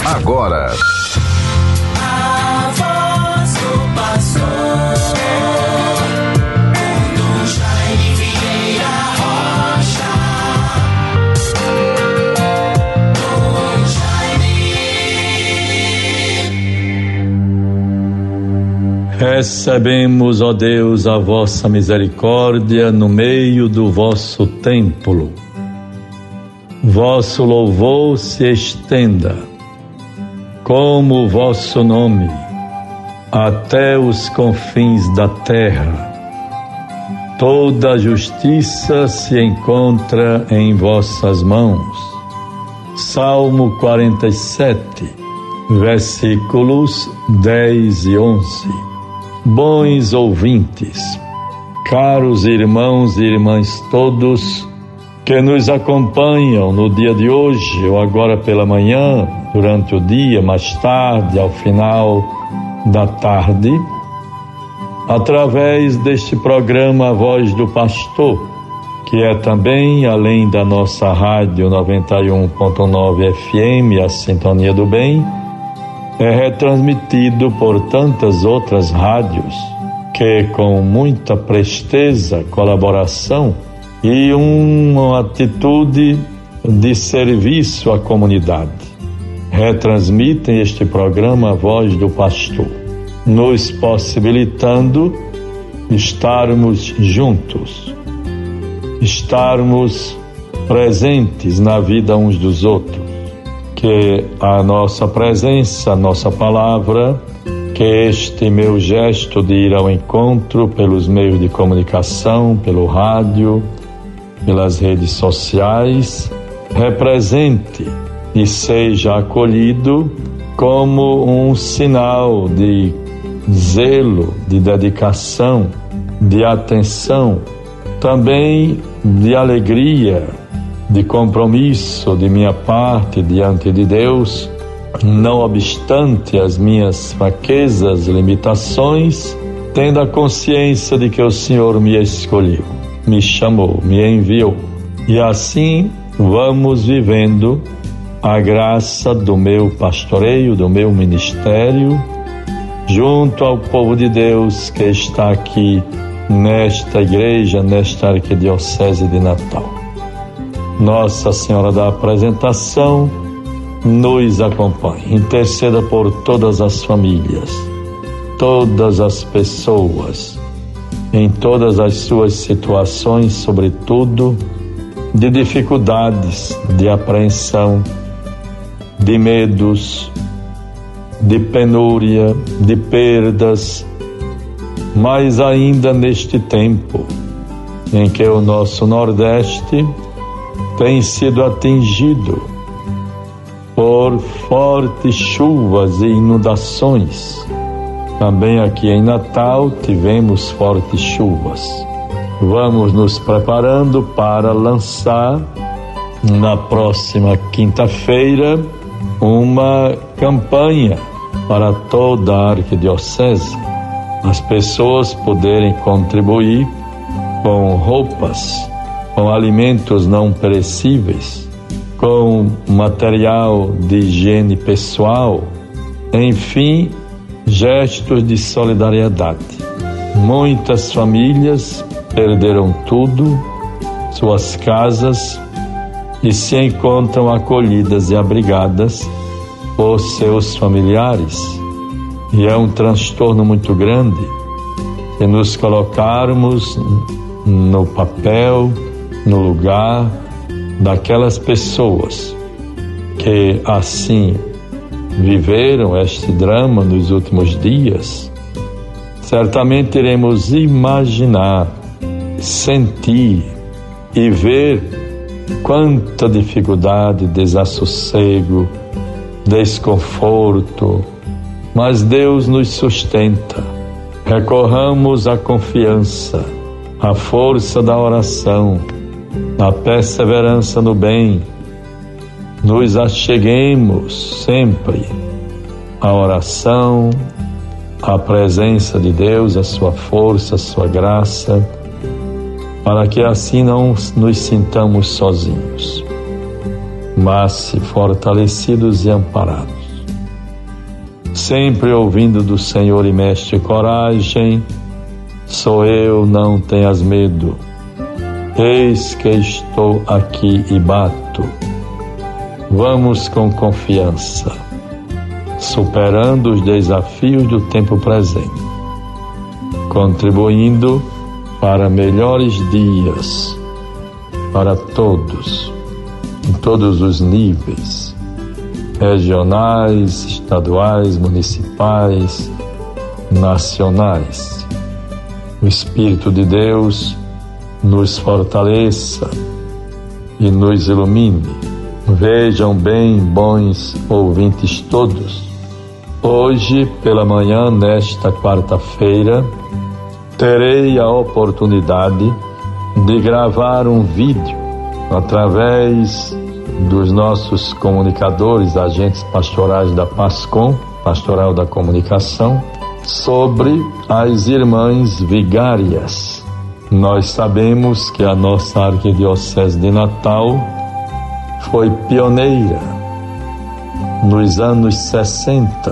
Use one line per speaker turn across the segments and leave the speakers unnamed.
agora.
A voz do pastor, Jaime Vieira Rocha.
Recebemos, ó Deus, a vossa misericórdia no meio do vosso templo. Vosso louvor se estenda, como o vosso nome, até os confins da terra. Toda a justiça se encontra em vossas mãos. Salmo 47, versículos 10 e 11. Bons ouvintes, caros irmãos e irmãs todos que nos acompanham no dia de hoje, ou agora pela manhã, durante o dia, mais tarde, ao final da tarde, através deste programa A Voz do Pastor, que é também, além da nossa rádio 91.9 FM, a Sintonia do Bem, é retransmitido por tantas outras rádios que, com muita presteza, colaboração e uma atitude de serviço à comunidade, retransmitem este programa A Voz do Pastor, nos possibilitando estarmos juntos, estarmos presentes na vida uns dos outros, que a nossa presença, a nossa palavra, que este meu gesto de ir ao encontro pelos meios de comunicação, pelo rádio, pelas redes sociais, represente e seja acolhido como um sinal de zelo, de dedicação, de atenção, também de alegria, de compromisso de minha parte diante de Deus, não obstante as minhas fraquezas, limitações, tendo a consciência de que o Senhor me escolheu, me chamou, me enviou. E assim vamos vivendo a graça do meu pastoreio, do meu ministério, junto ao povo de Deus que está aqui nesta igreja, nesta Arquidiocese de Natal. Nossa Senhora da Apresentação nos acompanhe, interceda por todas as famílias, todas as pessoas, em todas as suas situações, sobretudo de dificuldades, de apreensão, de medos, de penúria, de perdas, mas ainda neste tempo em que o nosso Nordeste tem sido atingido por fortes chuvas e inundações. Também aqui em Natal tivemos fortes chuvas. Vamos nos preparando para lançar na próxima quinta-feira uma campanha para toda a Arquidiocese, as pessoas poderem contribuir com roupas, com alimentos não perecíveis, com material de higiene pessoal, enfim, gestos de solidariedade. Muitas famílias perderam tudo, suas casas, e se encontram acolhidas e abrigadas por seus familiares. E é um transtorno muito grande se nos colocarmos no papel, no lugar daquelas pessoas que assim viveram este drama nos últimos dias. Certamente iremos imaginar, sentir e ver quanta dificuldade, desassossego, desconforto, mas Deus nos sustenta. Recorramos à confiança, à força da oração, à perseverança no bem. Nos acheguemos sempre à oração, à presença de Deus, à sua força, à sua graça, para que assim não nos sintamos sozinhos, mas fortalecidos e amparados. sempre ouvindo do Senhor e Mestre: coragem, sou eu, não tenhas medo. Eis que estou aqui e bato. Vamos com confiança, superando os desafios do tempo presente, contribuindo para melhores dias para todos, em todos os níveis, regionais, estaduais, municipais, nacionais. O Espírito de Deus nos fortaleça e nos ilumine. Vejam bem, bons ouvintes todos, hoje pela manhã, nesta quarta-feira, terei a oportunidade de gravar um vídeo através dos nossos comunicadores, agentes pastorais da PASCOM, Pastoral da Comunicação, sobre as irmãs vigárias. Nós sabemos que a nossa Arquidiocese de Natal foi pioneira nos anos 60,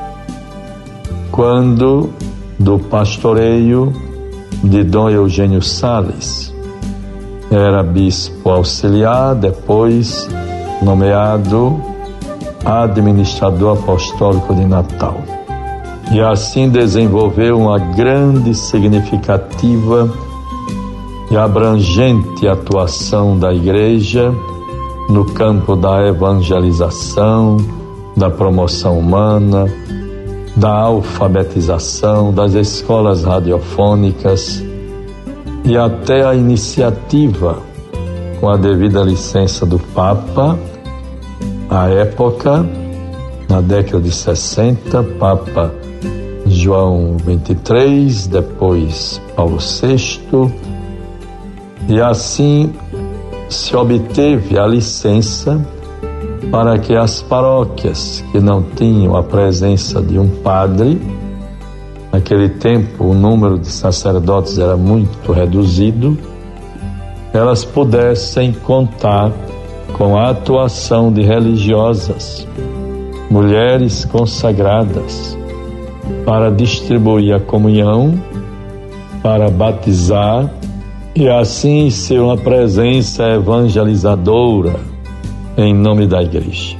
quando do pastoreio de Dom Eugênio Sales. Era bispo auxiliar, depois nomeado administrador apostólico de Natal. E assim desenvolveu uma grande, significativa e abrangente atuação da Igreja no campo da evangelização, da promoção humana, da alfabetização, das escolas radiofônicas e até a iniciativa, com a devida licença do Papa, à época, na década de 60, Papa João XXIII, depois Paulo VI, e assim se obteve a licença para que as paróquias que não tinham a presença de um padre, naquele tempo o número de sacerdotes era muito reduzido, elas pudessem contar com a atuação de religiosas, mulheres consagradas, para distribuir a comunhão, para batizar e assim ser uma presença evangelizadora em nome da Igreja.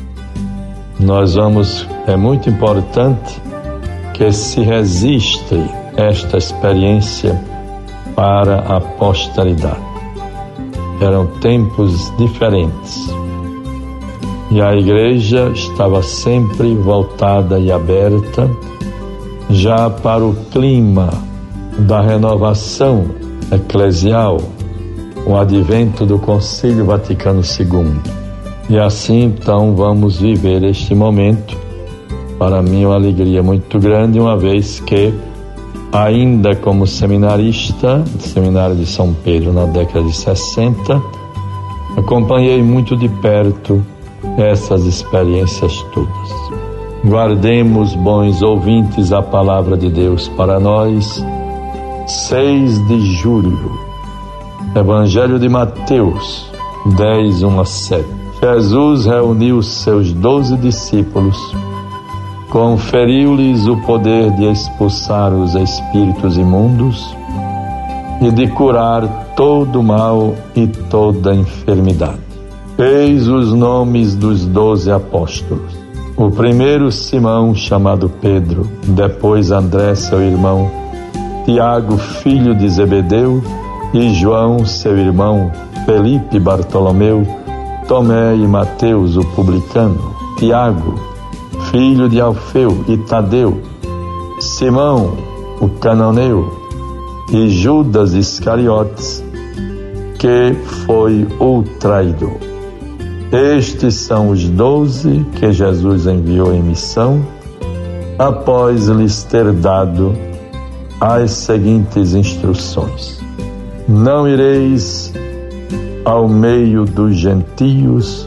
É muito importante que se registre esta experiência para a posteridade. Eram tempos diferentes e a Igreja estava sempre voltada e aberta já para o clima da renovação eclesial, o advento do Concílio Vaticano II. E assim, então, vamos viver este momento. Para mim, uma alegria muito grande, uma vez que, ainda como seminarista, do Seminário de São Pedro, na década de 60, acompanhei muito de perto essas experiências todas. Guardemos, bons ouvintes, a palavra de Deus para nós. 6 de julho, Evangelho de Mateus 10, 1 a 7. Jesus reuniu seus 12 discípulos, conferiu-lhes o poder de expulsar os espíritos imundos e de curar todo o mal e toda enfermidade. Eis os nomes dos 12 apóstolos. O primeiro, Simão, chamado Pedro, depois André, seu irmão, Tiago, filho de Zebedeu, e João, seu irmão, Felipe, Bartolomeu, Tomé e Mateus, o publicano, Tiago, filho de Alfeu, e Tadeu, Simão, o cananeu, e Judas Iscariotes, que foi o traidor. Estes são os 12 que Jesus enviou em missão, após lhes ter dado as seguintes instruções: não ireis ao meio dos gentios,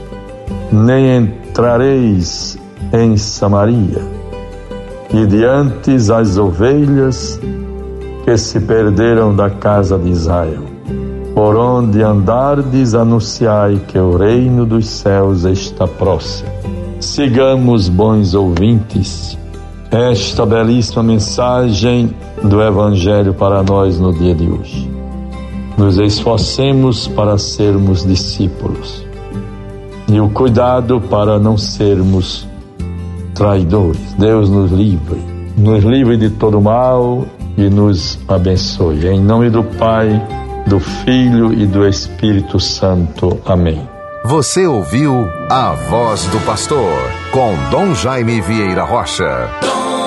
nem entrareis em Samaria, e diante as ovelhas que se perderam da casa de Israel. Por onde andardes, anunciai que o reino dos céus está próximo. sigamos, bons ouvintes, esta belíssima mensagem do Evangelho para nós no dia de hoje. Nos esforcemos para sermos discípulos e o cuidado para não sermos traidores. Deus nos livre de todo mal e nos abençoe. Em nome do Pai, do Filho e do Espírito Santo. Amém.
Você ouviu A Voz do Pastor, com Dom Jaime Vieira Rocha.